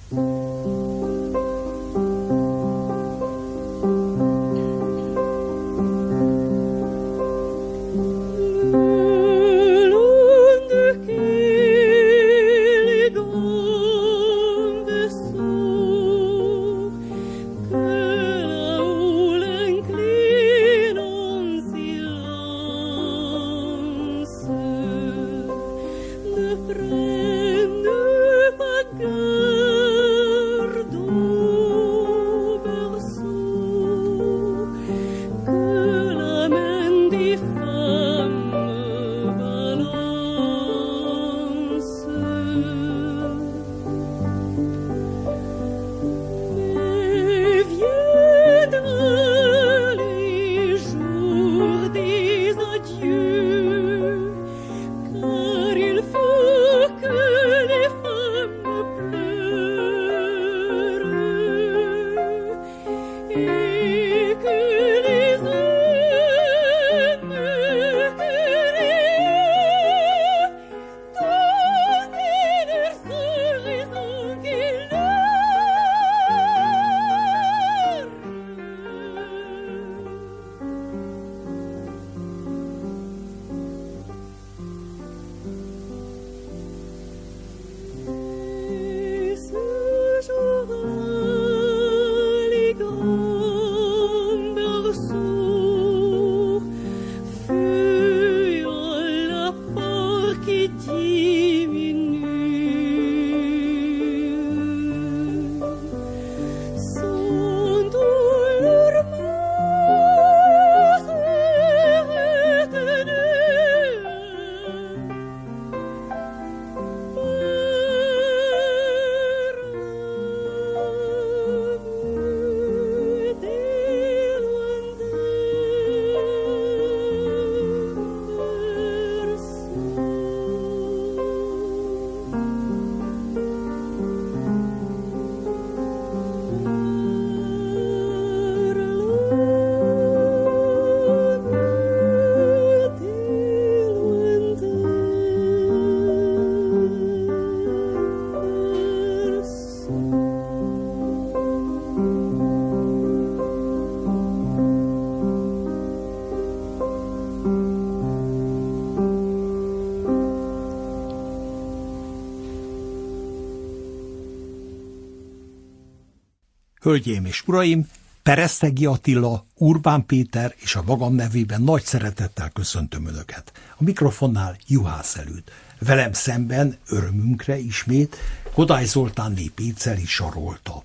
Hölgyeim és uraim, Peresztegi Attila, Urbán Péter és a magam nevében nagy szeretettel köszöntöm Önöket. A mikrofonnál Juhász Előd. Velem szemben, örömünkre ismét, Kodály Zoltánné Péceli Sarolta.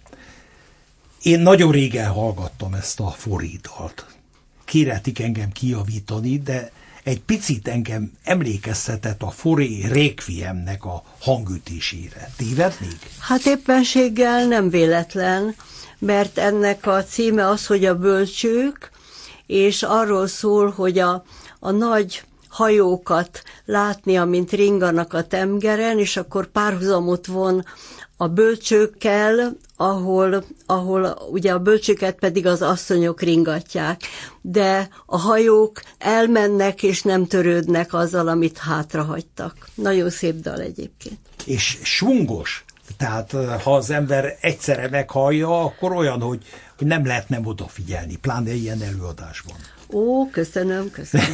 Én nagyon régen hallgattam ezt a Fauré dalt. Kérhetik engem kijavítani, de egy picit engem emlékeztetett a Fauré Requiemnek a hangütésére. Tévednék? Hát éppenséggel nem véletlen, mert ennek a címe az, hogy a bölcsők, és arról szól, hogy a nagy hajókat látni, amint ringanak a tengeren, és akkor párhuzamot von a bölcsőkkel, ahol ugye a bölcsőket pedig az asszonyok ringatják, de a hajók elmennek és nem törődnek azzal, amit hátrahagytak. Nagyon szép dal egyébként. És svungos. Tehát ha az ember egyszerre meghallja, akkor olyan, hogy nem lehet nem odafigyelni, pláne ilyen előadásban. Ó, köszönöm.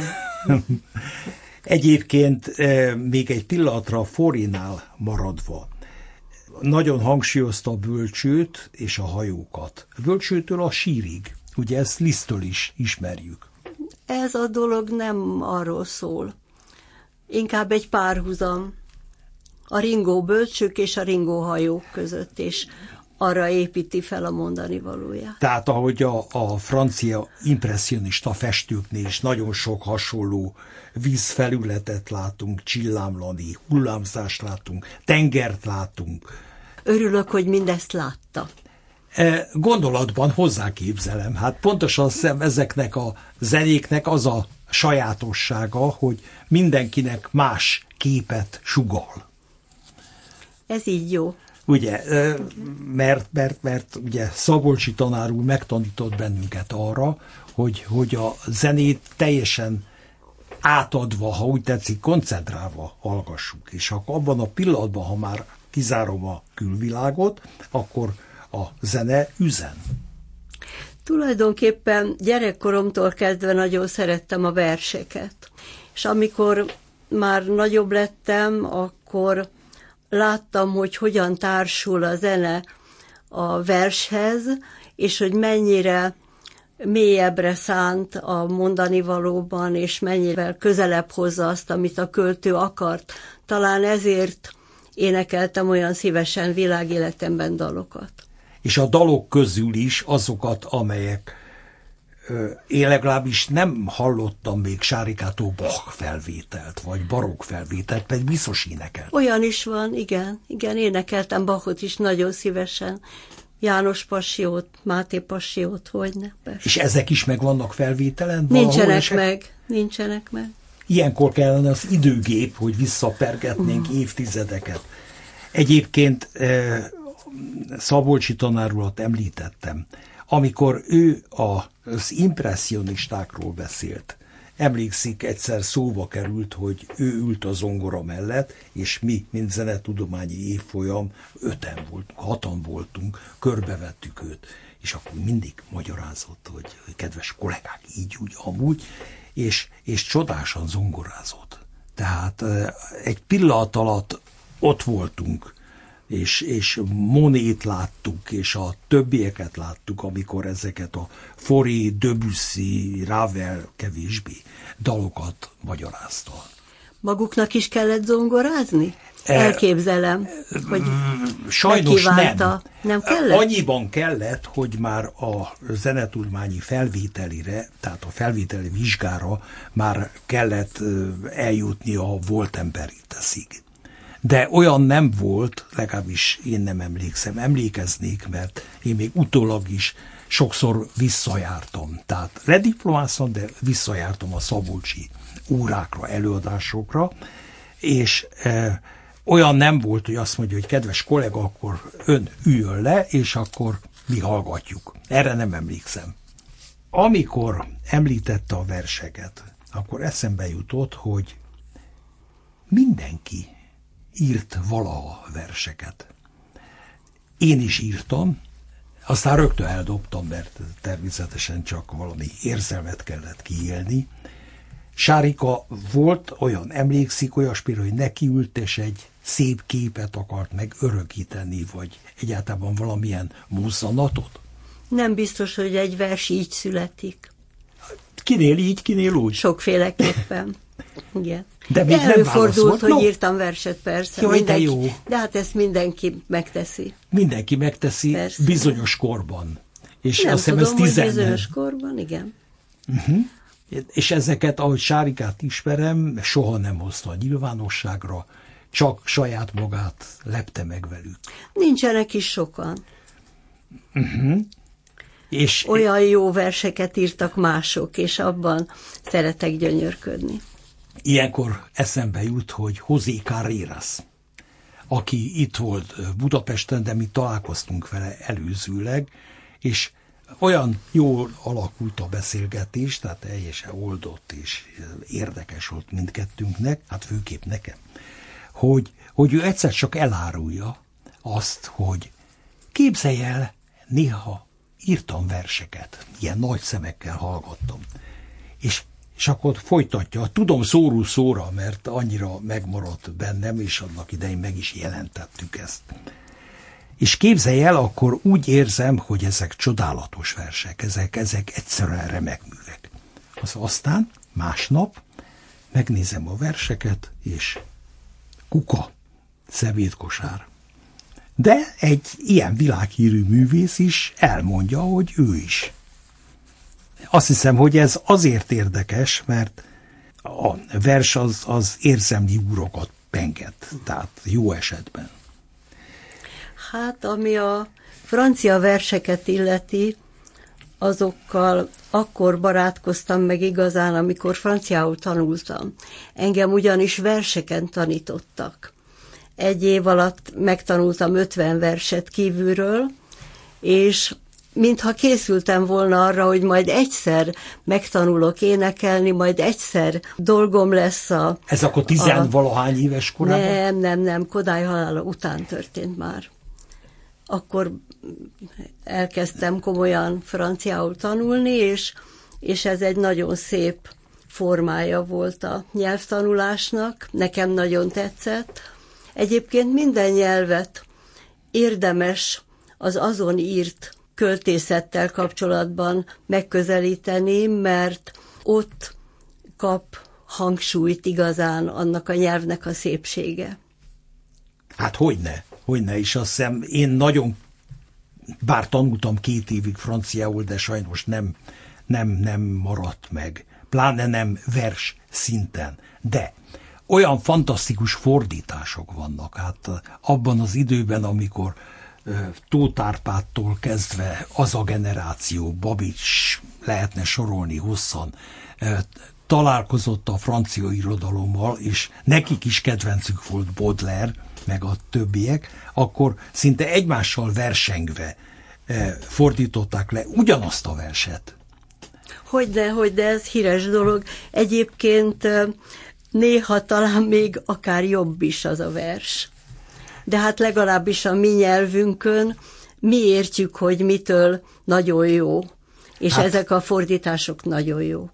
Egyébként még egy pillanatra a Faurénál maradva, nagyon hangsúlyozta a bölcsőt és a hajókat. A bölcsőtől a sírig, ugye ezt Liszttől is ismerjük. Ez a dolog nem arról szól. Inkább egy párhuzam a ringó bölcsők és a ringó hajók között, és arra építi fel a mondani valóját. Tehát ahogy a francia impresszionista festőknél is nagyon sok hasonló vízfelületet látunk, csillámlani, hullámzást látunk, tengert látunk. Örülök, hogy mindezt látta. Gondolatban hozzáképzelem. Hát pontosan ezeknek a zenéknek az a sajátossága, hogy mindenkinek más képet sugall. Ez így jó. Ugye, mert ugye Szabolcsi tanár úr megtanított bennünket arra, hogy a zenét teljesen átadva, ha úgy tetszik, koncentrálva hallgassuk. És akkor abban a pillanatban, ha már kizárom a külvilágot, akkor a zene üzen. Tulajdonképpen gyerekkoromtól kezdve nagyon szerettem a verseket. És amikor már nagyobb lettem, akkor láttam, hogy hogyan társul a zene a vershez, és hogy mennyire mélyebbre szánt a mondani valóban, és mennyivel közelebb hozza azt, amit a költő akart. Talán ezért énekeltem olyan szívesen világéletemben dalokat. És a dalok közül is azokat, amelyek én legalábbis nem hallottam még Sárikától Bach felvételt, vagy barokk felvételt, pedig biztos énekelt. Olyan is van, igen, énekeltem Bachot is nagyon szívesen. János Passiót, Máté Passiót, hogyne, persze. És ezek is meg vannak felvételen? Nincsenek meg. Ilyenkor kellene az időgép, hogy visszapergetnénk évtizedeket. Egyébként Szabolcsi tanár urat említettem. Amikor ő az impresszionistákról beszélt, emlékszik, egyszer szóba került, hogy ő ült a zongora mellett, és mi, mint zenetudományi évfolyam, 6-an voltunk, körbevettük őt, és akkor mindig magyarázott, hogy kedves kollégák, így, úgy, amúgy, és csodásan zongorázott. Tehát egy pillanat alatt ott voltunk, és Monét láttuk, és a többieket láttuk, amikor ezeket a Fauré, Debussy, Ravel kevésbé dalokat magyarázta. Maguknak is kellett zongorázni? Elképzelem, hogy sajnos nem kellett? Annyiban kellett, hogy már a zenetudományi felvételire, tehát a felvételi vizsgára már kellett eljutni a Woltemberiteszig. De olyan nem volt, legalábbis én nem emlékszem, emlékeznék, mert én még utólag is sokszor visszajártam. Tehát rediplomáztam, de visszajártam a szabolcsi órákra, előadásokra, és olyan nem volt, hogy azt mondja, hogy kedves kollega, akkor ön üljön le, és akkor mi hallgatjuk. Erre nem emlékszem. Amikor említette a verseket, akkor eszembe jutott, hogy mindenki írt valaha verseket. Én is írtam, aztán rögtön eldobtam, mert természetesen csak valami érzelmet kellett kiélni. Sárika volt olyan, emlékszik olyasmire, hogy nekiült, és egy szép képet akart meg örökíteni, vagy egyáltalán valamilyen mozzanatot? Nem biztos, hogy egy vers így születik. Kinél így, kinél úgy? Sokféleképpen. Igen. De még előfordult, hogy írtam verset, persze. Jaj, de jó. De hát ezt mindenki megteszi. Mindenki megteszi, persze. Bizonyos korban. És nem azt hiszem, tudom, ez hogy bizonyos korban, igen. És ezeket, ahogy Sárikát ismerem, soha nem hozta a nyilvánosságra, csak saját magát lepte meg velük. Nincsenek is sokan. És olyan jó verseket írtak mások, és abban szeretek gyönyörködni. Ilyenkor eszembe jut, hogy José Carreras, aki itt volt Budapesten, de mi találkoztunk vele előzőleg, és olyan jól alakult a beszélgetés, tehát teljesen oldott és érdekes volt mindkettőnknek, hát főképp nekem, hogy ő egyszer csak elárulja azt, hogy képzelj el, néha írtam verseket, ilyen nagy szemekkel hallgattam, és akkor folytatja, tudom szóról szóra, mert annyira megmaradt bennem, és annak idején meg is jelentettük ezt. És képzelj el, akkor úgy érzem, hogy ezek csodálatos versek, ezek egyszerűen remek művek. Aztán másnap megnézem a verseket, és kuka, szemétkosár. De egy ilyen világhírű művész is elmondja, hogy ő is. Azt hiszem, hogy ez azért érdekes, mert a vers az érzelmi úrokat penget, tehát jó esetben. Hát, ami a francia verseket illeti, azokkal akkor barátkoztam meg igazán, amikor franciául tanultam. Engem ugyanis verseken tanítottak. Egy év alatt megtanultam 50 verset kívülről, és mintha készültem volna arra, hogy majd egyszer megtanulok énekelni, majd egyszer dolgom lesz a... Ez akkor 10-valahány éves korában? Nem, Kodály halála után történt már. Akkor elkezdtem komolyan franciául tanulni, és ez egy nagyon szép formája volt a nyelvtanulásnak, nekem nagyon tetszett. Egyébként minden nyelvet érdemes az azon írt költészettel kapcsolatban megközelíteni, mert ott kap hangsúlyt igazán annak a nyelvnek a szépsége. Hát hogyne, és azt hiszem én nagyon, bár tanultam 2 évig franciául, de sajnos nem maradt meg, pláne nem vers szinten, de olyan fantasztikus fordítások vannak, hát abban az időben, amikor Tóth Árpádtól kezdve az a generáció, Babics, lehetne sorolni hosszan, találkozott a francia irodalommal, és nekik is kedvencük volt Baudelaire, meg a többiek, akkor szinte egymással versengve fordították le ugyanazt a verset. Hogyne, ez híres dolog. Egyébként néha talán még akár jobb is az a vers. De hát legalábbis a mi nyelvünkön mi értjük, hogy mitől nagyon jó. És hát, ezek a fordítások nagyon jók.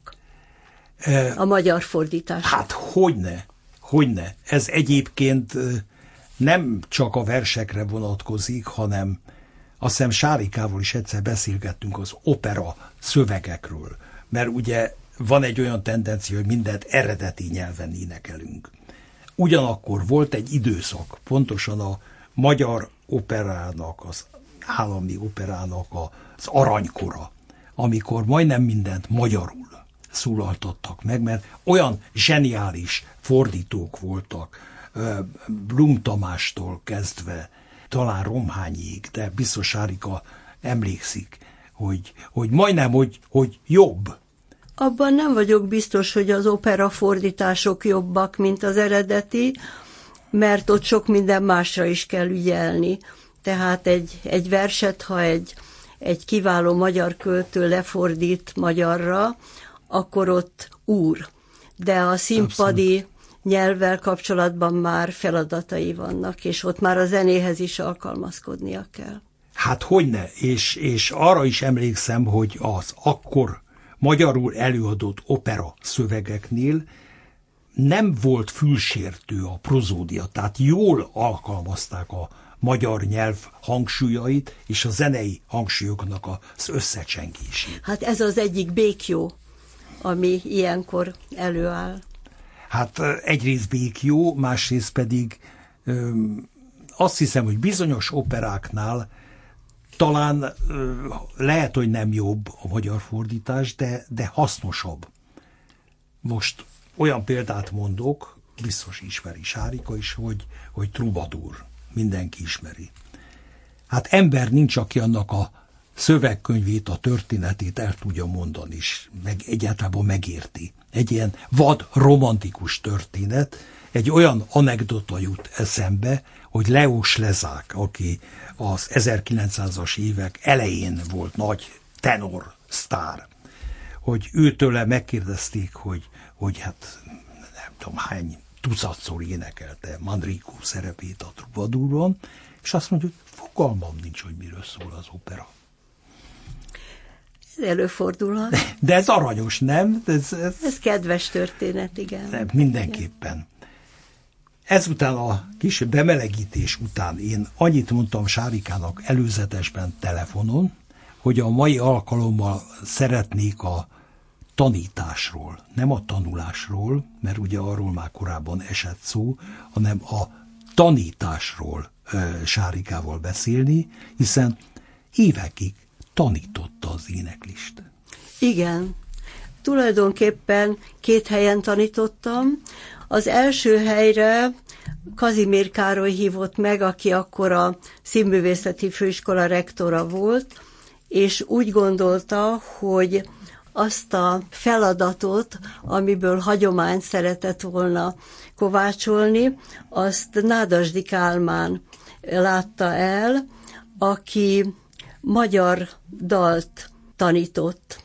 A magyar fordítások. Hát hogyne. Ez egyébként nem csak a versekre vonatkozik, hanem azt hiszem Sárikával is egyszer beszélgettünk az opera szövegekről. Mert ugye van egy olyan tendencia, hogy mindent eredeti nyelven énekelünk. Ugyanakkor volt egy időszak, pontosan a magyar operának, az állami operának az aranykora, amikor majdnem mindent magyarul szólaltattak meg, mert olyan zseniális fordítók voltak, Blum Tamástól kezdve, talán Romhányig, de biztos Sárika emlékszik, hogy majdnem, hogy jobb. Abban nem vagyok biztos, hogy az opera fordítások jobbak, mint az eredeti, mert ott sok minden másra is kell ügyelni. Tehát egy verset, ha egy kiváló magyar költő lefordít magyarra, akkor ott úr. De a színpadi nyelvvel kapcsolatban már feladatai vannak, és ott már a zenéhez is alkalmazkodnia kell. Hát hogyne, és arra is emlékszem, hogy az akkor magyarul előadott opera szövegeknél nem volt fülsértő a prozódia, tehát jól alkalmazták a magyar nyelv hangsúlyait és a zenei hangsúlyoknak az összecsengését. Hát ez az egyik békjó, ami ilyenkor előáll. Hát egyrészt békjó, másrészt pedig azt hiszem, hogy bizonyos operáknál talán lehet, hogy nem jobb a magyar fordítás, de hasznosabb. Most olyan példát mondok, biztos ismeri Sárika is, hogy Troubadour. Mindenki ismeri. Hát ember nincs, aki annak a szövegkönyvét, a történetét el tudja mondani, és meg egyáltalán megérti. Egy ilyen vad romantikus történet, egy olyan anekdota jut eszembe, hogy Leo Slezák, aki az 1900-as évek elején volt nagy tenor sztár, hogy őtőle megkérdezték, hogy hát nem tudom hány tucatszor énekelte Manrico szerepét a Troubadouron, és azt mondja, hogy fogalmam nincs, hogy miről szól az opera. Ez előfordulhat. De ez aranyos, nem? Ez kedves történet, igen. Nem, mindenképpen. Igen. Ezután a kis bemelegítés után én annyit mondtam Sárikának előzetesben telefonon, hogy a mai alkalommal szeretnék a tanításról, nem a tanulásról, mert ugye arról már korábban esett szó, hanem a tanításról Sárikával beszélni, hiszen évekig tanította az éneklist. Igen, tulajdonképpen 2 helyen tanítottam. Az első helyre Kazimír Károly hívott meg, aki akkor a Színművészeti Főiskola rektora volt, és úgy gondolta, hogy azt a feladatot, amiből hagyományt szeretett volna kovácsolni, azt Nádasdy Kálmán látta el, aki magyar dalt tanított.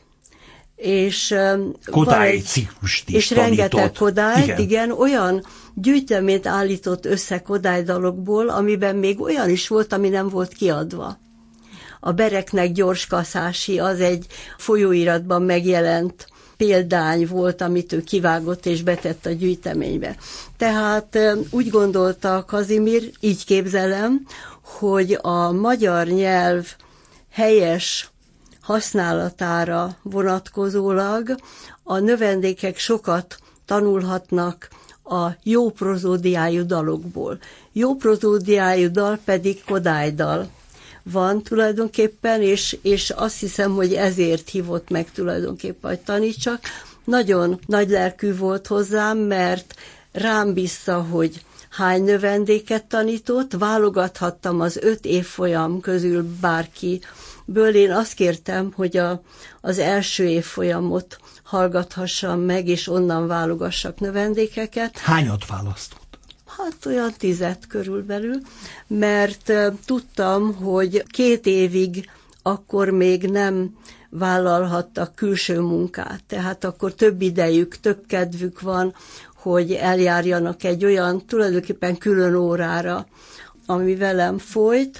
És Kodály ciklust is és tanított. Rengeteg Kodályt, igen, olyan gyűjteményt állított össze Kodály dalokból, amiben még olyan is volt, ami nem volt kiadva. A Bereknek Gyorskaszási, az egy folyóiratban megjelent példány volt, amit ő kivágott és betett a gyűjteménybe. Tehát úgy gondolta Kazimír, így képzelem, hogy a magyar nyelv helyes használatára vonatkozólag a növendékek sokat tanulhatnak a jó prozódiájú dalokból. Jó prozódiájú dal pedig Kodálydal van tulajdonképpen, és azt hiszem, hogy ezért hívott meg tulajdonképpen, hogy tanítsak. Nagyon nagy lelkű volt hozzám, mert rám bízta, hogy hány növendéket tanított, válogathattam az 5 évfolyam közül bárkiből. Én azt kértem, hogy az első évfolyamot hallgathassam meg, és onnan válogassak növendékeket. Hányat választott? Hát olyan 10 körülbelül, mert tudtam, hogy 2 évig akkor még nem vállalhattak külső munkát, tehát akkor több idejük, több kedvük van, hogy eljárjanak egy olyan tulajdonképpen külön órára, ami velem folyt,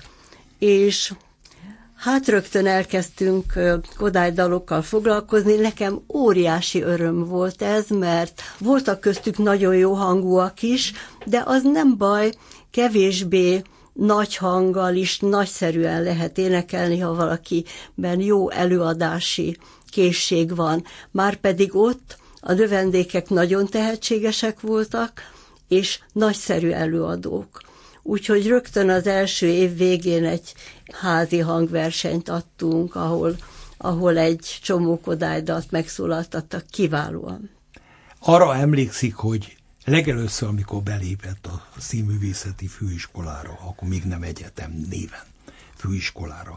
és hát rögtön elkezdtünk Kodály-dalokkal foglalkozni. Nekem óriási öröm volt ez, mert voltak köztük nagyon jó hangúak is, de az nem baj, kevésbé nagy hanggal is nagyszerűen lehet énekelni, ha valakiben jó előadási készség van. Márpedig ott a növendékek nagyon tehetségesek voltak, és nagyszerű előadók. Úgyhogy rögtön az első év végén egy házi hangversenyt adtunk, ahol egy csomó Kodálydalt megszólaltattak kiválóan. Arra emlékszik, hogy legelőször, amikor belépett a színművészeti főiskolára, akkor még nem egyetem néven főiskolára,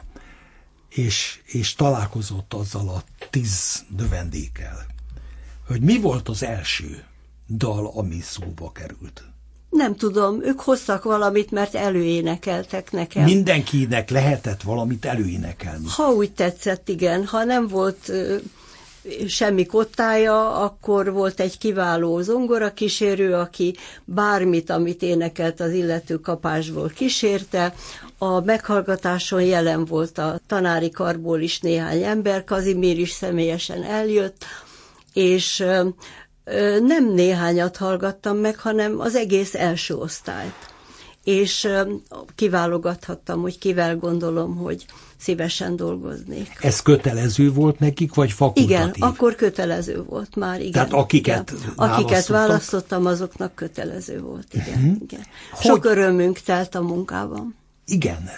és találkozott azzal a 10 növendékkel, hogy mi volt az első dal, ami szóba került. Nem tudom, ők hoztak valamit, mert előénekeltek nekem. Mindenkinek lehetett valamit előénekelni. Ha úgy tetszett, igen. Ha nem volt semmi kottája, akkor volt egy kiváló zongorakísérő, aki bármit, amit énekelt, az illető kapásból kísérte. A meghallgatáson jelen volt a tanári karból is néhány ember, Kazimír is személyesen eljött, és nem néhányat hallgattam meg, hanem az egész első osztályt. És kiválogathattam, hogy kivel gondolom, hogy szívesen dolgoznék. Ez kötelező volt nekik, vagy fakultatív? Igen, akkor kötelező volt már, igen. Tehát akiket választottam, azoknak kötelező volt, igen. Igen. Sok örömünk telt a munkában. Igen.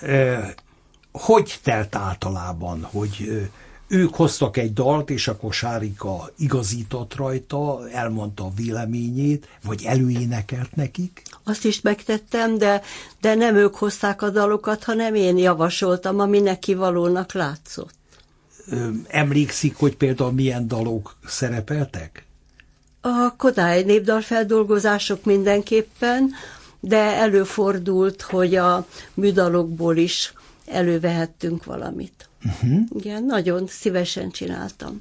Hogy telt általában, hogy ők hoztak egy dalt, és akkor Sárika igazított rajta, elmondta a véleményét, vagy előénekelt nekik? Azt is megtettem, de nem ők hozták a dalokat, hanem én javasoltam, ami neki valónak látszott. Emlékszik, hogy például milyen dalok szerepeltek? A Kodály népdalfeldolgozások mindenképpen, de előfordult, hogy a műdalokból is elővehettünk valamit. Igen, nagyon szívesen csináltam.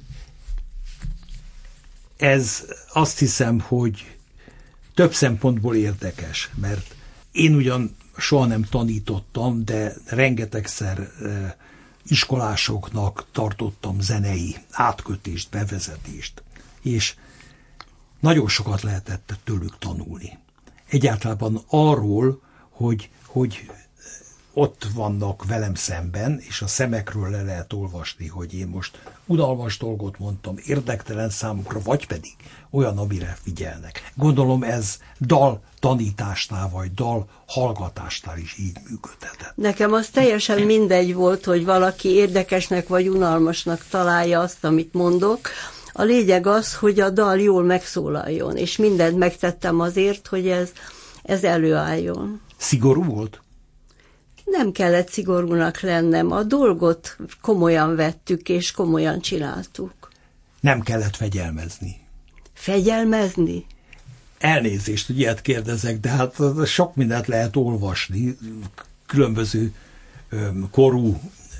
Ez azt hiszem, hogy több szempontból érdekes, mert én ugyan soha nem tanítottam, de rengetegszer iskolásoknak tartottam zenei átkötést, bevezetést, és nagyon sokat lehetett tőlük tanulni. Egyáltalán arról, hogy ott vannak velem szemben, és a szemekről le lehet olvasni, hogy én most unalmas dolgot mondtam, érdektelen számukra, vagy pedig olyan, amire figyelnek. Gondolom ez dal tanításnál, vagy dal hallgatásnál is így működhetett. Nekem az teljesen mindegy volt, hogy valaki érdekesnek vagy unalmasnak találja azt, amit mondok. A lényeg az, hogy a dal jól megszólaljon, és mindent megtettem azért, hogy ez előálljon. Szigorú volt? Nem kellett szigorúnak lennem, a dolgot komolyan vettük, és komolyan csináltuk. Nem kellett fegyelmezni. Fegyelmezni? Elnézést, hogy ilyet kérdezek, de hát sok mindent lehet olvasni, különböző korú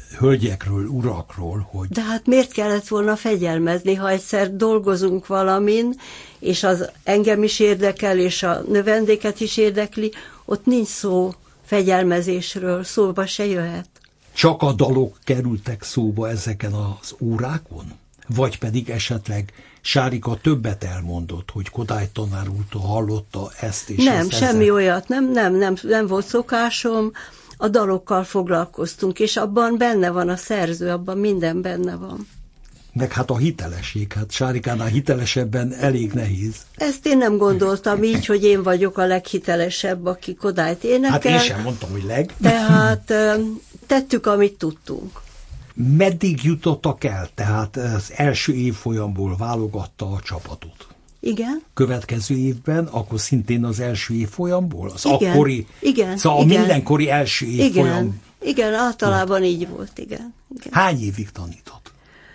hölgyekről, urakról, hogy... De hát miért kellett volna fegyelmezni, ha egyszer dolgozunk valamin, és az engem is érdekel, és a növendéket is érdekli, ott nincs szó fegyelmezésről, szóba se jöhet. Csak a dalok kerültek szóba ezeken az órákon? Vagy pedig esetleg Sárika többet elmondott, hogy Kodály tanár úrtól hallotta ezt és Nem, ezt semmi ezzel... olyat, nem volt szokásom, a dalokkal foglalkoztunk, és abban benne van a szerző, abban minden benne van. Meg hát a hitelesség, hát Sárikánál hitelesebben elég nehéz. Ezt én nem gondoltam így, hogy én vagyok a leghitelesebb, aki Kodályt énekel. Hát én sem mondtam, hogy Tehát tettük, amit tudtunk. Meddig jutottak el? Tehát az első évfolyamból válogatta a csapatot. Igen. Következő évben, akkor szintén az első évfolyamból? Az igen, akkori, igen, szóval igen, a mindenkori első évfolyam. Igen, általában így volt, igen. Hány évig tanított?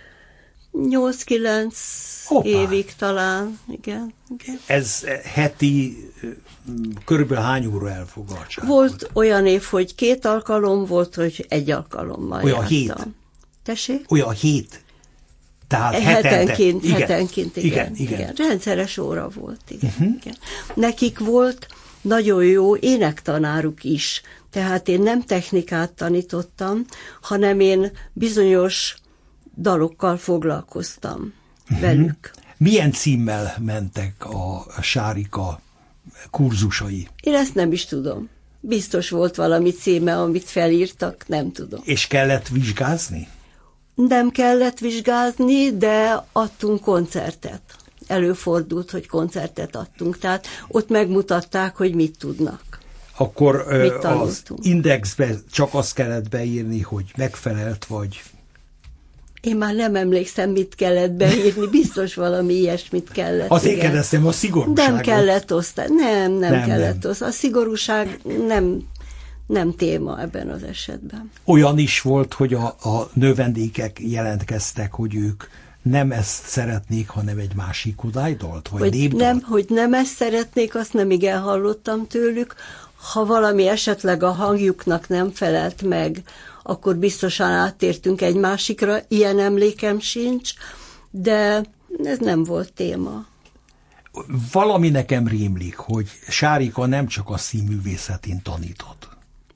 8-9 évig talán, igen. Ez heti körülbelül hány óra elfoglaltság? Volt olyan év, hogy 2 alkalom, volt, hogy 1 alkalommal olyan jártam. 7? Tessék? Olyan 7? Tehát hetenként, igen. Rendszeres óra volt, igen. Nekik volt nagyon jó énektanáruk is, tehát én nem technikát tanítottam, hanem én bizonyos dalokkal foglalkoztam velük. Milyen címmel mentek a Sárika kurzusai? Én ezt nem is tudom. Biztos volt valami címe, amit felírtak, nem tudom. És kellett vizsgázni? Nem kellett vizsgázni, de adtunk koncertet. Előfordult, hogy koncertet adtunk, tehát ott megmutatták, hogy mit tudnak. Akkor az indexbe csak azt kellett beírni, hogy megfelelt, vagy... Én már nem emlékszem, mit kellett beírni, biztos valami ilyesmit kellett. Azért kérdeztem a szigorúságot. Nem kellett osztani, nem kellett osztani. A szigorúság nem téma ebben az esetben. Olyan is volt, hogy a növendékek jelentkeztek, hogy ők nem ezt szeretnék, hanem egy másik Kodály-dalt, vagy népdalt? Hogy nem ezt szeretnék, azt nem igen hallottam tőlük. Ha valami esetleg a hangjuknak nem felelt meg, akkor biztosan áttértünk egy másikra, ilyen emlékem sincs, de ez nem volt téma. Valami nekem rémlik, hogy Sárika nem csak a színművészetén tanított.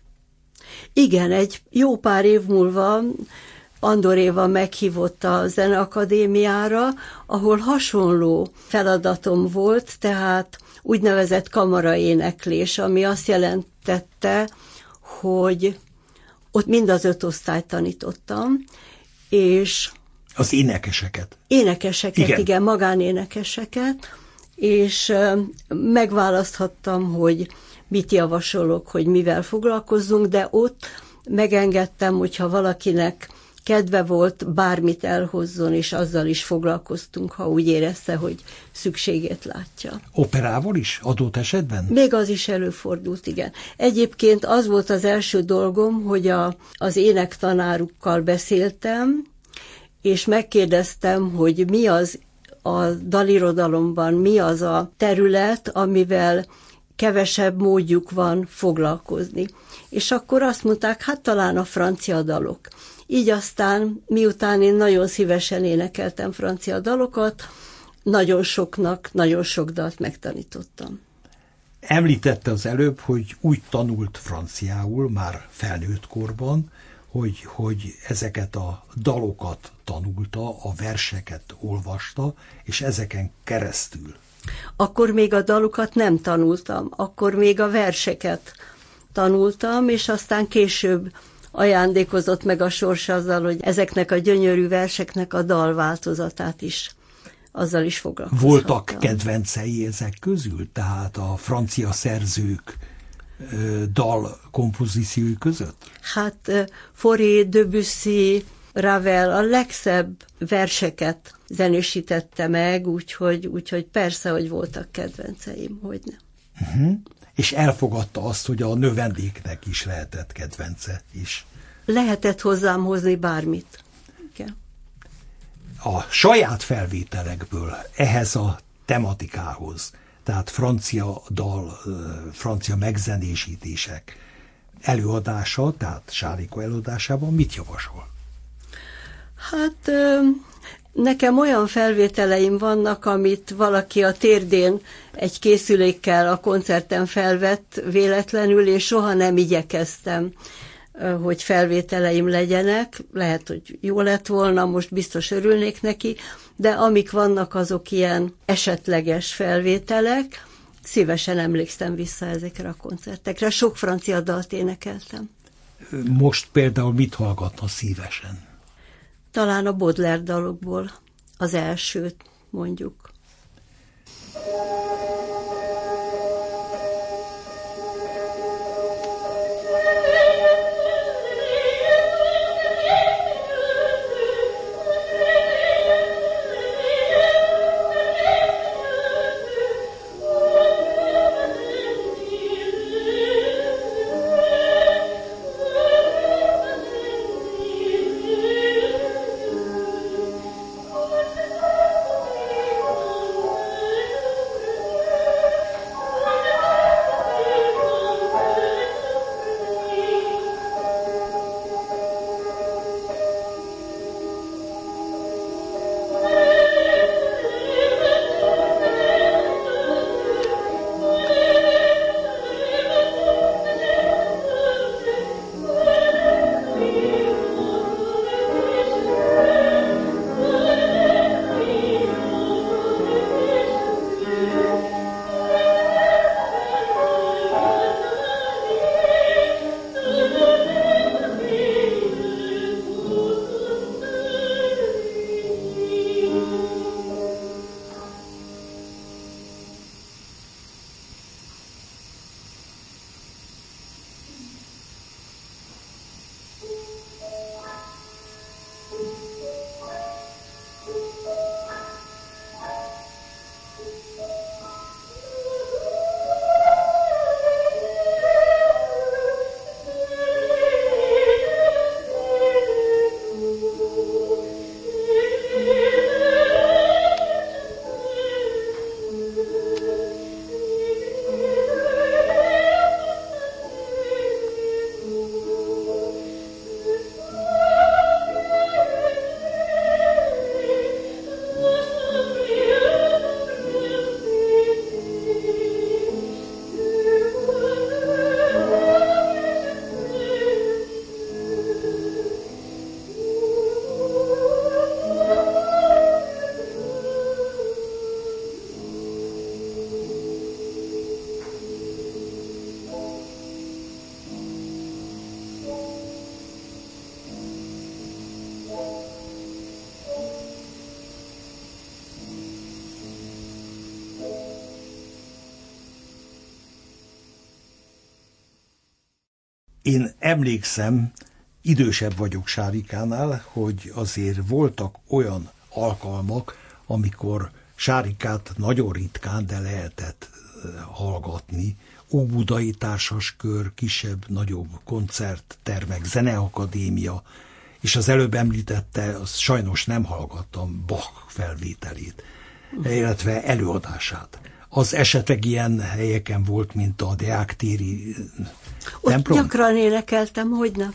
Igen, egy jó pár év múlva Andor Éva meghívott a Zeneakadémiára, ahol hasonló feladatom volt, tehát úgynevezett kamaraéneklés, ami azt jelentette, hogy ott mind az 5 osztályt tanítottam, és... Az énekeseket? Énekeseket, igen, magánénekeseket, és megválaszthattam, hogy mit javasolok, hogy mivel foglalkozzunk, de ott megengedtem, hogyha valakinek kedve volt, bármit elhozzon, és azzal is foglalkoztunk, ha úgy érezte, hogy szükségét látja. Operával is adott esetben? Még az is előfordult, igen. Egyébként az volt az első dolgom, hogy az énektanárukkal beszéltem, és megkérdeztem, hogy mi az a dalirodalomban, mi az a terület, amivel kevesebb módjuk van foglalkozni. És akkor azt mondták, hát talán a francia dalok. Így aztán, miután én nagyon szívesen énekeltem francia dalokat, nagyon soknak, nagyon sok dalt megtanítottam. Említette az előbb, hogy úgy tanult franciául, már felnőtt korban, hogy ezeket a dalokat tanulta, a verseket olvasta, és ezeken keresztül. Akkor még a dalokat nem tanultam, akkor még a verseket tanultam, és aztán később ajándékozott meg a sors azzal, hogy ezeknek a gyönyörű verseknek a dalváltozatát is, azzal is foglalkozhattam. Voltak kedvencei ezek közül? Tehát a francia szerzők dal kompozíciói között? Hát Fauré, Debussy, Ravel a legszebb verseket zenésítette meg, úgyhogy persze, hogy voltak kedvenceim, hogy nem. És elfogadta azt, hogy a növendéknek is lehetett kedvence is. Lehetett hozzám hozni bármit. Igen. A saját felvételekből ehhez a tematikához, tehát francia dal, francia megzenésítések, előadása, tehát Sárika előadásában mit javasol? Hát nekem olyan felvételeim vannak, amit valaki a térdén egy készülékkel a koncerten felvett véletlenül, és soha nem igyekeztem, hogy felvételeim legyenek. Lehet, hogy jó lett volna, most biztos örülnék neki, de amik vannak, azok ilyen esetleges felvételek. Szívesen emlékszem vissza ezekre a koncertekre. Sok francia dalt énekeltem. Most például mit hallgatna szívesen? Talán a Baudelaire dalokból az elsőt mondjuk. Én emlékszem, idősebb vagyok Sárikánál, hogy azért voltak olyan alkalmak, amikor Sárikát nagyon ritkán, de lehetett hallgatni. Óbudai Társaskör, kisebb-nagyobb koncerttermek, Zeneakadémia, és az előbb említette, azt sajnos nem hallgattam, Bach felvételét, illetve előadását. Az esetleg ilyen helyeken volt, mint a Deák téri templom? Ott gyakran énekeltem, hogyne.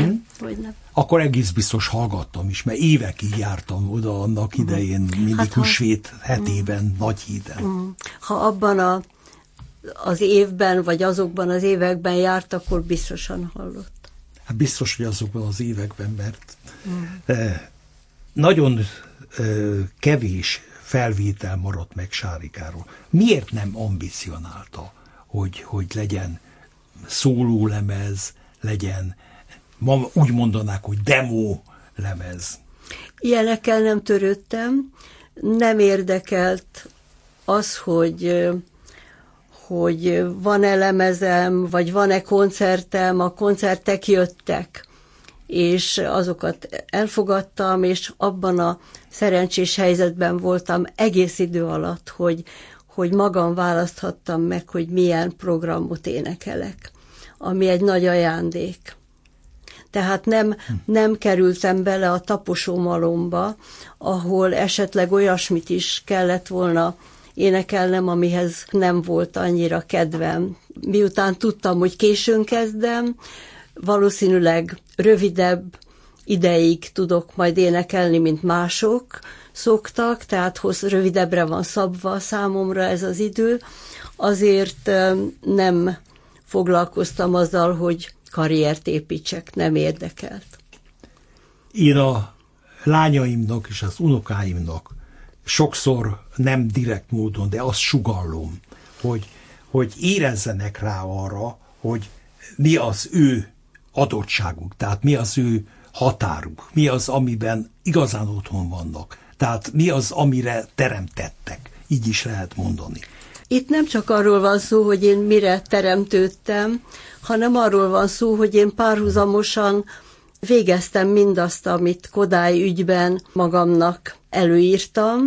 Akkor egész biztos hallgattam is, mert évekig jártam oda annak idején, mindig húsvét hetében, Nagyhíden. Ha abban az évben, vagy azokban az években járt, akkor biztosan hallott. Hát biztos, hogy azokban az években, mert nagyon kevés felvétel maradt meg Sárikáról. Miért nem ambicionálta, hogy legyen szólólemez, legyen, ma úgy mondanák, hogy demo lemez? Ilyenekkel nem törődtem, nem érdekelt az, hogy van-e lemezem, vagy van-e koncertem, a koncertek jöttek, és azokat elfogadtam, és abban a szerencsés helyzetben voltam egész idő alatt, hogy magam választhattam meg, hogy milyen programot énekelek, ami egy nagy ajándék. Tehát nem kerültem bele a taposó malomba, ahol esetleg olyasmit is kellett volna énekelnem, amihez nem volt annyira kedvem. Miután tudtam, hogy későn kezdem, valószínűleg rövidebb ideig tudok majd énekelni, mint mások szoktak, tehát rövidebbre van szabva számomra ez az idő, azért nem foglalkoztam azzal, hogy karriert építsek, nem érdekelt. Én a lányaimnak és az unokáimnak sokszor nem direkt módon, de azt sugallom, hogy érezzenek rá arra, hogy mi az ő adottságuk, tehát mi az ő határuk, mi az, amiben igazán otthon vannak, tehát mi az, amire teremtettek, így is lehet mondani. Itt nem csak arról van szó, hogy én mire teremtődtem, hanem arról van szó, hogy én párhuzamosan végeztem mindazt, amit Kodály ügyben magamnak előírtam,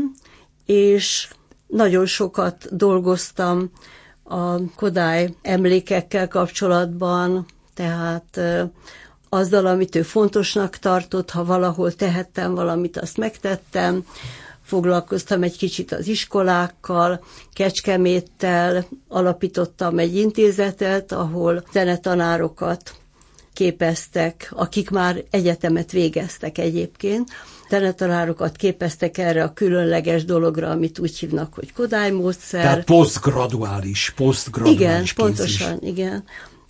és nagyon sokat dolgoztam a Kodály emlékekkel kapcsolatban, tehát azzal, amit ő fontosnak tartott, ha valahol tehettem valamit, azt megtettem. Foglalkoztam egy kicsit az iskolákkal, Kecskeméttel, alapítottam egy intézetet, ahol zenetanárokat képeztek, akik már egyetemet végeztek egyébként. Zenetanárokat képeztek erre a különleges dologra, amit úgy hívnak, hogy Kodály módszer. Tehát posztgraduális igen, képzés. Pontosan, igen.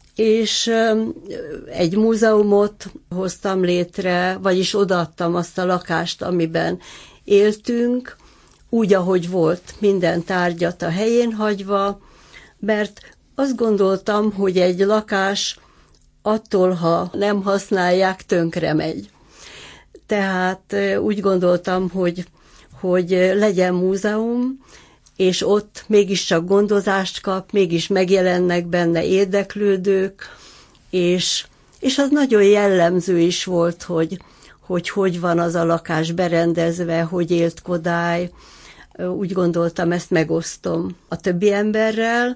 És egy múzeumot hoztam létre, vagyis odaadtam azt a lakást, amiben éltünk, úgy, ahogy volt, minden tárgyat a helyén hagyva, mert azt gondoltam, hogy egy lakás attól, ha nem használják, tönkre megy. Tehát úgy gondoltam, hogy legyen múzeum, és ott mégiscsak gondozást kap, mégis megjelennek benne érdeklődők, és az nagyon jellemző is volt, hogy van az a lakás berendezve, hogy élt Kodály. Úgy gondoltam, ezt megosztom a többi emberrel,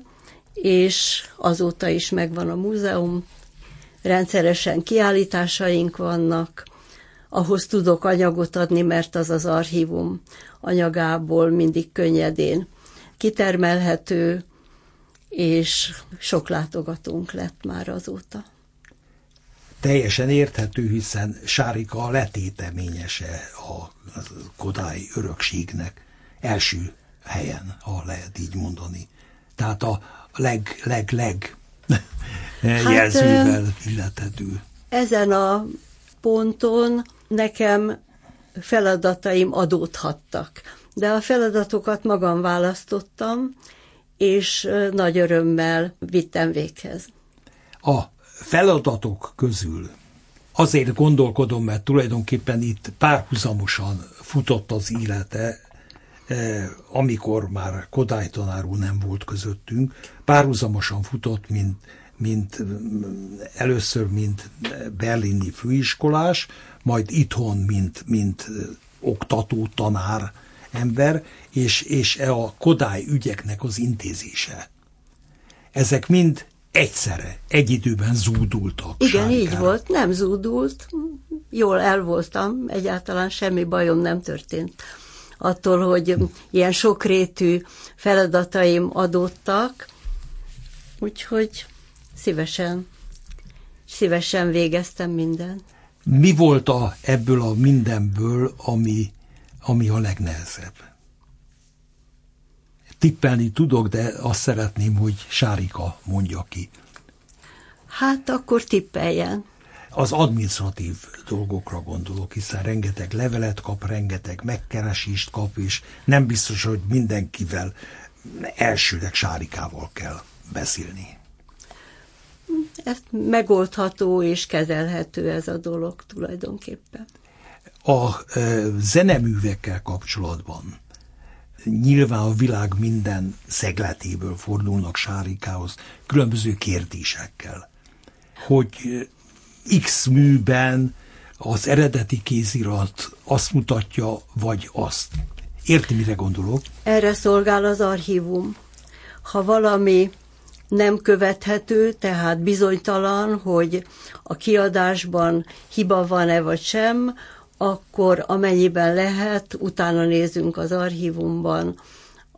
és azóta is megvan a múzeum. Rendszeresen kiállításaink vannak, ahhoz tudok anyagot adni, mert az az archívum anyagából mindig könnyedén kitermelhető, és sok látogatónk lett már azóta. Teljesen érthető, hiszen Sárika a letéteményese a Kodály örökségnek első helyen, ha lehet így mondani. Tehát a leg jelzővel illethető. Ezen a ponton nekem feladataim adódhattak, de a feladatokat magam választottam, és nagy örömmel vittem véghez. A feladatok közül azért gondolkodom, mert tulajdonképpen itt párhuzamosan futott az élete, amikor már Kodály tanár úr nem volt közöttünk, párhuzamosan futott, először mint berlini főiskolás, majd itthon, mint oktató, tanár ember, és a Kodály ügyeknek az intézése. Ezek mind egyszerre, egy időben zúdultak. Igen, Sárikára. így volt, nem zúdult, jól el voltam, egyáltalán semmi bajom nem történt. Attól, hogy ilyen sokrétű feladataim adódtak, úgyhogy szívesen végeztem mindent. Mi volt ebből a mindenből, ami a legnehezebb? Tippelni tudok, de azt szeretném, hogy Sárika mondja ki. Hát akkor tippeljen. Az adminisztratív dolgokra gondolok, hiszen rengeteg levelet kap, rengeteg megkeresést kap, és nem biztos, hogy mindenkivel elsőleg Sárikával kell beszélni. Ez megoldható és kezelhető ez a dolog tulajdonképpen. A zeneművekkel kapcsolatban nyilván a világ minden szegletéből fordulnak Sárikához különböző kérdésekkel. Hogy X műben az eredeti kézirat azt mutatja, vagy azt. Érti, mire gondolok? Erre szolgál az archívum. Ha valami nem követhető, tehát bizonytalan, hogy a kiadásban hiba van-e vagy sem, akkor amennyiben lehet, utána nézünk az archívumban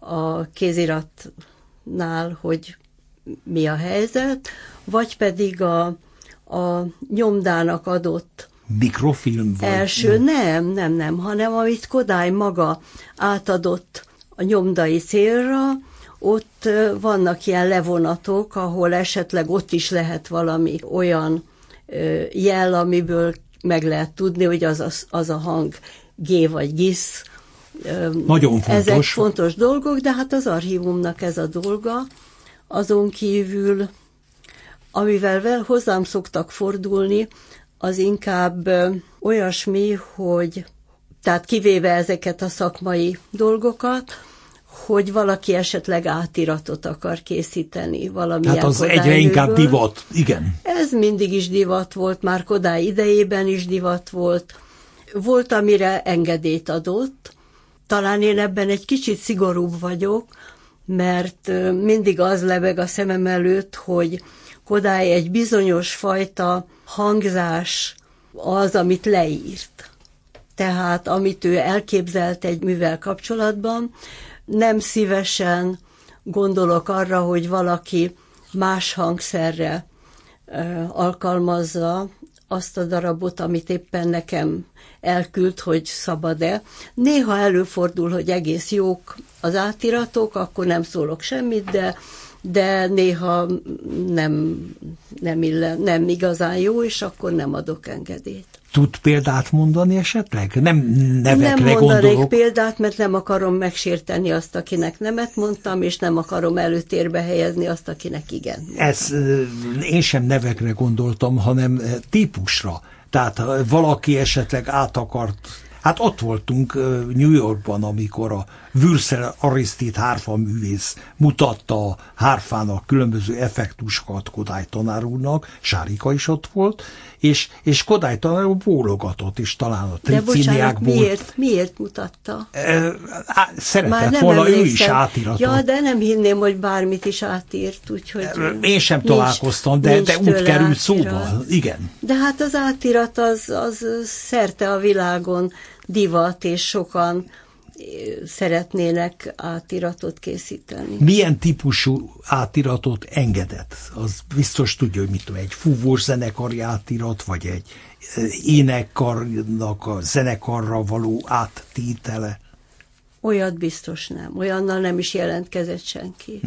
a kéziratnál, hogy mi a helyzet, vagy pedig a nyomdának adott mikrofilm vagy? Első, nem, hanem amit Kodály maga átadott a nyomdai célra, ott vannak ilyen levonatok, ahol esetleg ott is lehet valami olyan jel, amiből meg lehet tudni, hogy az a hang G vagy GISZ. Nagyon fontos. Ezek fontos dolgok, de hát az archívumnak ez a dolga. Azon kívül, amivel hozzám szoktak fordulni, az inkább olyasmi, hogy, tehát kivéve ezeket a szakmai dolgokat, hogy valaki esetleg átiratot akar készíteni valamilyen hát az Kodály egyre inkább műből. divat, igen. Ez mindig is divat volt, már Kodály idejében is divat volt. Volt, amire engedélyt adott. Talán én ebben egy kicsit szigorúbb vagyok, mert mindig az lebeg a szemem előtt, hogy Kodály egy bizonyos fajta hangzás az, amit leírt. Tehát amit ő elképzelt egy művel kapcsolatban, nem szívesen gondolok arra, hogy valaki más hangszerre alkalmazza azt a darabot, amit éppen nekem elküld, hogy szabad-e. Néha előfordul, hogy egész jók az átiratok, akkor nem szólok semmit, de néha nem igazán jó, és akkor nem adok engedélyt. Tud példát mondani esetleg? Nem nevekre nem mondanék gondolok. példát, mert nem akarom megsérteni azt, akinek nemet mondtam, és nem akarom előtérbe helyezni azt, akinek igen. Én sem nevekre gondoltam, hanem típusra. Tehát valaki esetleg át akart. Hát ott voltunk New Yorkban, amikor a Würsel Aristide hárfa művész mutatta a hárfának különböző effektusokat Kodály tanár úrnak, Sárika is ott volt, és Kodály tanár úr bólogatott, és talán a triciniákból... De bocsánat, miért mutatta? Szeretett volna ő is átiratot. Ja, de nem hinném, hogy bármit is átírt, úgyhogy... Én sem találkoztam, de úgy került szóba. Igen. De hát az átirat az szerte a világon divat, és sokan szeretnének átiratot készíteni. Milyen típusú átiratot engedett? Az biztos tudja, hogy mit tudom, egy fúvós zenekari átirat, vagy egy énekkarnak a zenekarra való áttétele? Olyat biztos nem. Olyannal nem is jelentkezett senki.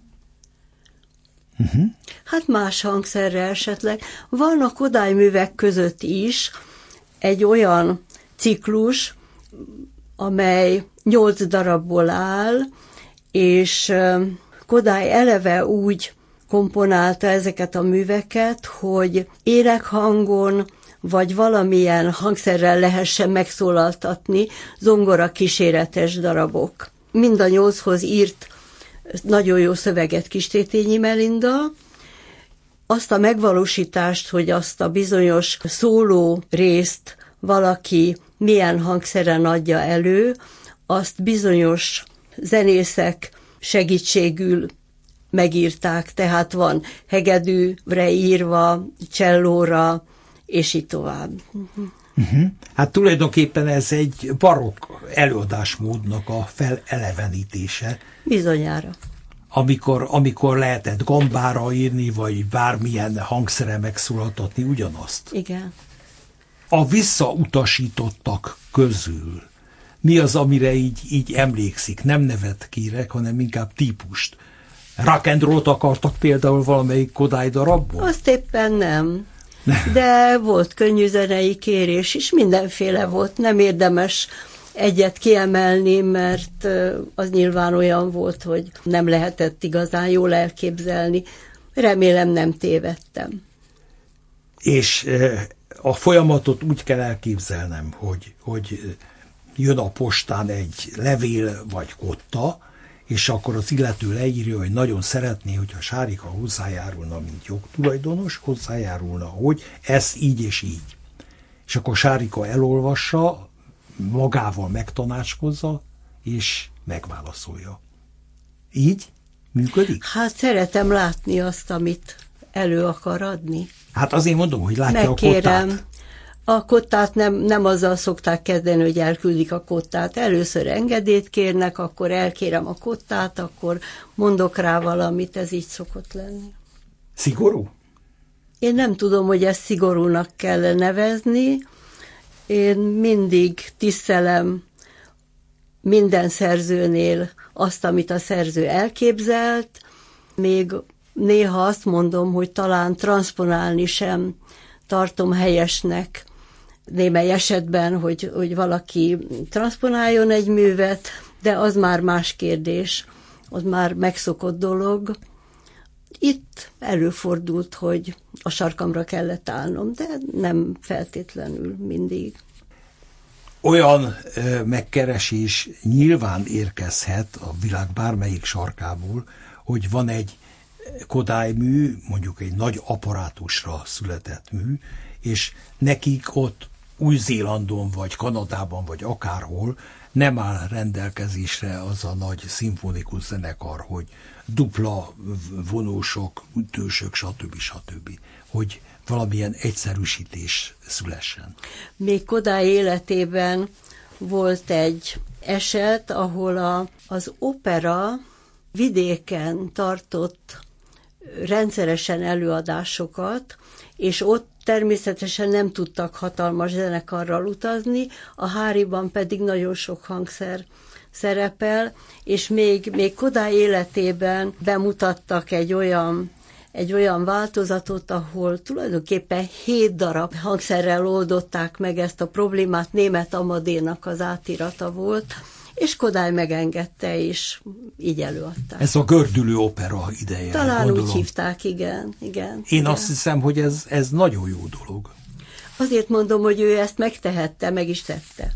Hát más hangszerre esetleg. Van a Kodály művek között is egy olyan ciklus, amely 8 darabból áll, és Kodály eleve úgy komponálta ezeket a műveket, hogy énekhangon vagy valamilyen hangszerrel lehessen megszólaltatni zongora kíséretes darabok. Mind a 8-hoz írt nagyon jó szöveget Kistétényi Melinda, azt a megvalósítást, hogy azt a bizonyos szóló részt valaki milyen hangszeren adja elő, azt bizonyos zenészek segítségül megírták, tehát van hegedűre írva, csellóra, és így tovább. Hát tulajdonképpen ez egy barokk előadásmódnak a felelevenítése. Bizonyára. Amikor lehetett gambára írni, vagy bármilyen hangszere megszólaltatni ugyanazt. Igen. A visszautasítottak közül mi az, amire így emlékszik? Nem nevet kérek, hanem inkább típust. Rock and roll-t akartak például valamelyik Kodály darabból? Azt éppen nem. De volt könnyűzenei kérés is, mindenféle volt. Nem érdemes egyet kiemelni, mert az nyilván olyan volt, hogy nem lehetett igazán jól elképzelni. Remélem nem tévedtem. És a folyamatot úgy kell elképzelnem, hogy jön a postán egy levél vagy kotta, és akkor az illető leírja, hogy nagyon szeretné, hogyha Sárika hozzájárulna, mint jogtulajdonos, hozzájárulna, hogy ez így és így. És akkor Sárika elolvassa, magával megtanácskozza, és megválaszolja. Így működik? Hát szeretem látni azt, amit elő akar adni. Hát azért mondom, hogy látja Megkérem. a kottát. A kottát nem azzal szokták kezdeni, hogy elküldik a kottát. Először engedélyt kérnek, akkor elkérem a kottát, akkor mondok rá valamit, ez így szokott lenni. Szigorú? Én nem tudom, hogy ezt szigorúnak kell nevezni. Én mindig tisztelem minden szerzőnél azt, amit a szerző elképzelt. Még néha azt mondom, hogy talán transponálni sem tartom helyesnek némely esetben, hogy valaki transponáljon egy művet, de az már más kérdés, az már megszokott dolog. Itt előfordult, hogy a sarkamra kellett állnom, de nem feltétlenül mindig. Olyan megkeresés nyilván érkezhet a világ bármelyik sarkából, hogy van egy Kodály mű, mondjuk egy nagy apparátusra született mű, és nekik ott Új-Zélandon, vagy Kanadában, vagy akárhol nem áll rendelkezésre az a nagy szimfonikus zenekar, hogy dupla vonósok, ütősök, stb. Hogy valamilyen egyszerűsítés szülessen. Még Kodály életében volt egy eset, ahol az opera vidéken tartott rendszeresen előadásokat, és ott természetesen nem tudtak hatalmas zenekarral utazni, a Háriban pedig nagyon sok hangszer szerepel, és még Kodály életében bemutattak egy olyan változatot, ahol tulajdonképpen 7 darab hangszerrel oldották meg ezt a problémát, Németh Amadénak az átirata volt, és Kodály megengedte, és így előadták. Ez a gördülő opera ideje. Talán gondolom. úgy hívták, igen. Én azt hiszem, hogy ez nagyon jó dolog. Azért mondom, hogy ő ezt megtehette, meg is tette.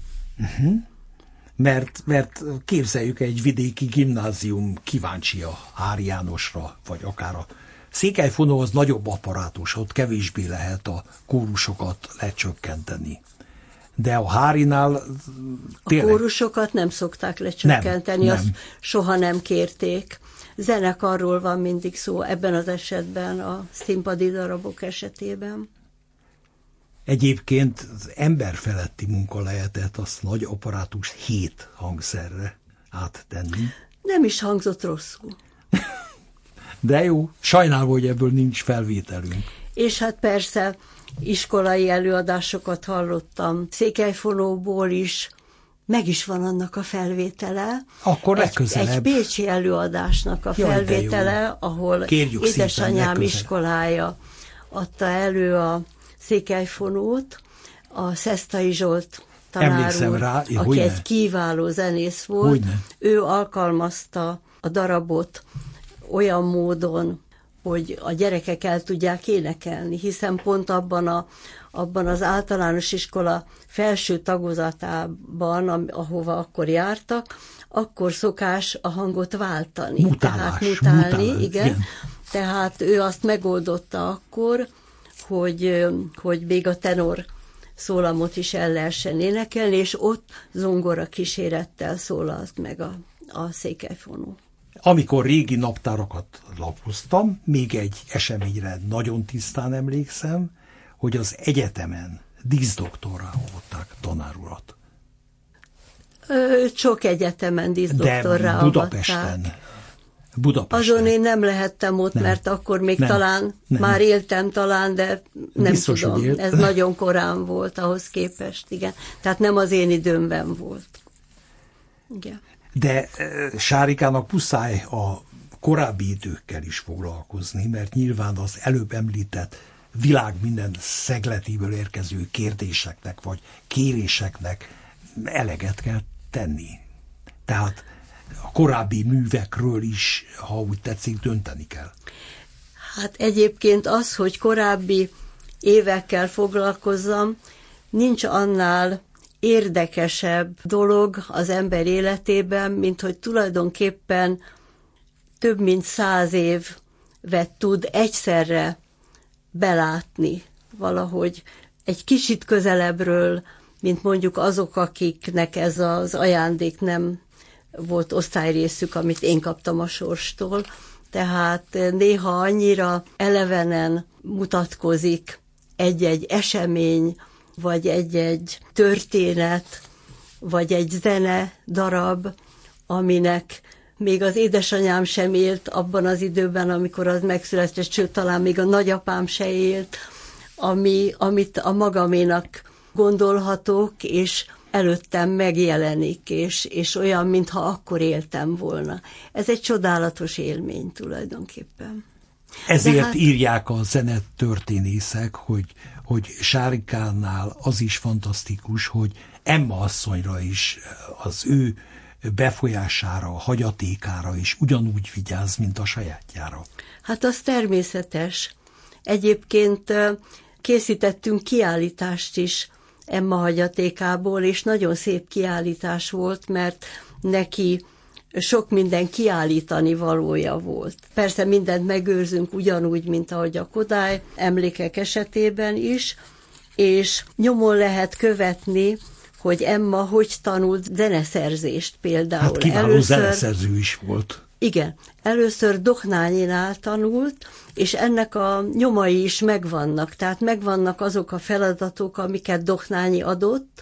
Mert képzeljük, egy vidéki gimnázium kíváncsi a Háry Jánosra, vagy akár a Székelyfonó az nagyobb apparátus, ott kevésbé lehet a kórusokat lecsökkenteni. De a Hárinál tényleg... A kórusokat nem szokták lecsökkenteni, nem. Azt soha nem kérték. Zenekarról van mindig szó ebben az esetben, a színpadi darabok esetében. Egyébként az emberfeletti munka lehetett azt nagy apparátus 7 hangszerre áttenni. Nem is hangzott rosszul. De jó, sajnálom, hogy ebből nincs felvételünk. És hát persze iskolai előadásokat hallottam Székelyfonóból is, meg is van annak a felvétele. Akkor legközelebb. Egy pécsi előadásnak a felvétele, ahol kérjük édesanyám iskolája adta elő a Székelyfonót, a Szesztai Zsolt tanár úr, rá, aki egy kiváló zenész volt. Hogyne. Ő alkalmazta a darabot olyan módon, hogy a gyerekek el tudják énekelni, hiszen pont abban az általános iskola felső tagozatában, ahova akkor jártak, akkor szokás a hangot váltani. Mutálás, tehát mutálni, igen. igen. Tehát ő azt megoldotta akkor, hogy még a tenor szólamot is el lehessen énekelni, és ott zongora kísérettel szólalt meg a Székelyfonó. Amikor régi naptárakat lapoztam, még egy eseményre nagyon tisztán emlékszem, hogy az egyetemen díszdoktorrá avatták tanárurat. Sok egyetemen díszdoktorrá avatták. Budapesten. Azon én nem lehettem ott, mert akkor még már éltem talán, de nem biztos, tudom. Ez nagyon korán volt ahhoz képest, igen. Tehát nem az én időmben volt. Igen. De Sárikának muszáj a korábbi időkkel is foglalkozni, mert nyilván az előbb említett világ minden szegletéből érkező kérdéseknek vagy kéréseknek eleget kell tenni. Tehát a korábbi művekről is, ha úgy tetszik, dönteni kell. Hát egyébként az, hogy korábbi évekkel foglalkozzam, nincs annál érdekesebb dolog az ember életében, mint hogy tulajdonképpen több mint 100 évet tud egyszerre belátni valahogy egy kicsit közelebbről, mint mondjuk azok, akiknek ez az ajándék nem volt osztályrészük, amit én kaptam a sorstól. Tehát néha annyira elevenen mutatkozik egy-egy esemény, vagy egy történet, vagy egy zene darab, aminek még az édesanyám sem élt abban az időben, amikor az megszületett, sőt, talán még a nagyapám se élt, amit a magaménak gondolhatok, és előttem megjelenik, és olyan, mintha akkor éltem volna. Ez egy csodálatos élmény tulajdonképpen. Ezért írják a zenetörténészek, hogy Sárikánál az is fantasztikus, hogy Emma asszonyra is, az ő befolyására, hagyatékára is ugyanúgy vigyáz, mint a sajátjára. Hát az természetes. Egyébként készítettünk kiállítást is Emma hagyatékából, és nagyon szép kiállítás volt, mert neki sok minden kiállítani valója volt. Persze mindent megőrzünk ugyanúgy, mint ahogy a Kodály emlékek esetében is, és nyomon lehet követni, hogy Emma hogy tanult zeneszerzést például. Hát kiváló zeneszerző is volt. Igen, először Dohnányinál tanult, és ennek a nyomai is megvannak, tehát megvannak azok a feladatok, amiket Dohnányi adott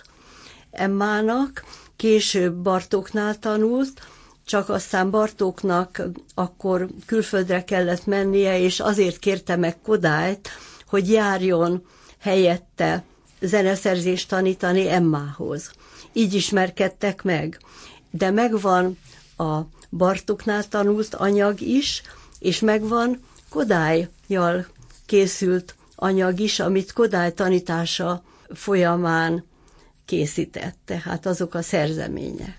Emmának, később Bartóknál tanult, csak aztán Bartóknak akkor külföldre kellett mennie, és azért kérte meg Kodályt, hogy járjon helyette zeneszerzést tanítani Emmához. Így ismerkedtek meg. De megvan a Bartóknál tanult anyag is, és megvan Kodályjal készült anyag is, amit Kodály tanítása folyamán készített, tehát azok a szerzemények.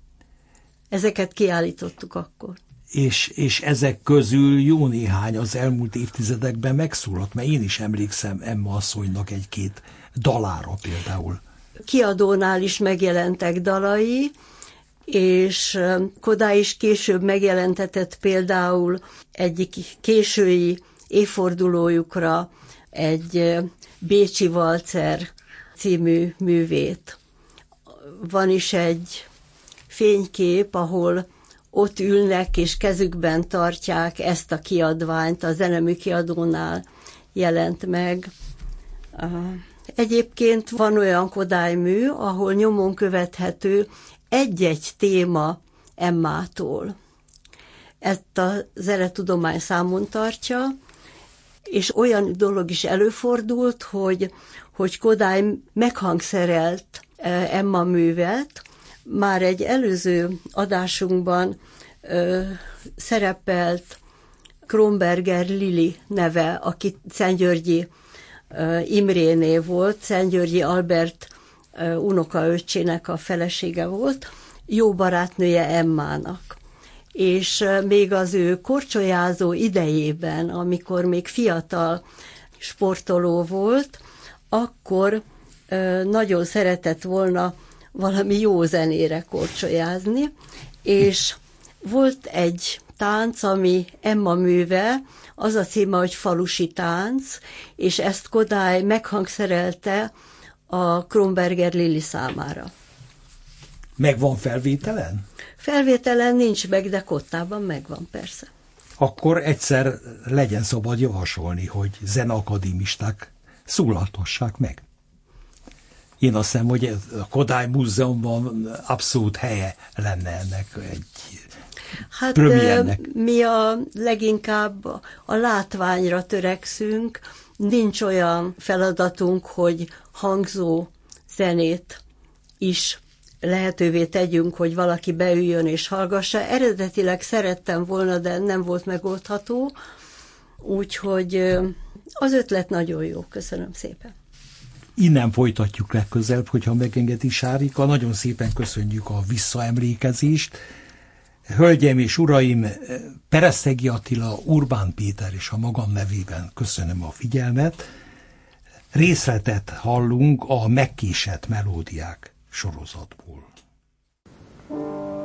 Ezeket kiállítottuk akkor. És ezek közül jó néhány az elmúlt évtizedekben megszólalt, mert én is emlékszem Emma asszonynak egy-két dalára például. Kiadónál is megjelentek dalai, és Kodály is később megjelentetett például egyik késői évfordulójukra egy Bécsi Valcer című művét. Van is egy fénykép, ahol ott ülnek és kezükben tartják ezt a kiadványt, a Zenemű Kiadónál jelent meg. Egyébként van olyan Kodálymű, ahol nyomon követhető egy-egy téma Emmától. Ezt a zenetudomány számon tartja, és olyan dolog is előfordult, hogy Kodály meghangszerelt Emma művet. Már egy előző adásunkban szerepelt Kronberger Lili neve, aki Szentgyörgyi Imréné volt, Szentgyörgyi Albert unokaöccsének a felesége volt, jó barátnője Emmának. És még az ő korcsolyázó idejében, amikor még fiatal sportoló volt, akkor nagyon szeretett volna valami jó zenére korcsolyázni, és volt egy tánc, ami Emma műve, az a címe, hogy Falusi tánc, és ezt Kodály meghangszerelte a Kronberger Lili számára. Megvan felvételen? Felvételen nincs meg, de kottában megvan, persze. Akkor egyszer legyen szabad javasolni, hogy zeneakadémisták szólaltassák meg. Én azt hiszem, hogy a Kodály Múzeumban abszolút helye lenne ennek egy premiernek. Mi leginkább a látványra törekszünk, nincs olyan feladatunk, hogy hangzó zenét is lehetővé tegyünk, hogy valaki beüljön és hallgassa. Eredetileg szerettem volna, de nem volt megoldható, úgyhogy az ötlet nagyon jó. Köszönöm szépen. Innen folytatjuk legközelebb, hogyha megengedi Sárika. Nagyon szépen köszönjük a visszaemlékezést. Hölgyeim és uraim, Peresztegi Attila, Urbán Péter és a magam nevében köszönöm a figyelmet. Részletet hallunk a Megkésett melódiák sorozatból.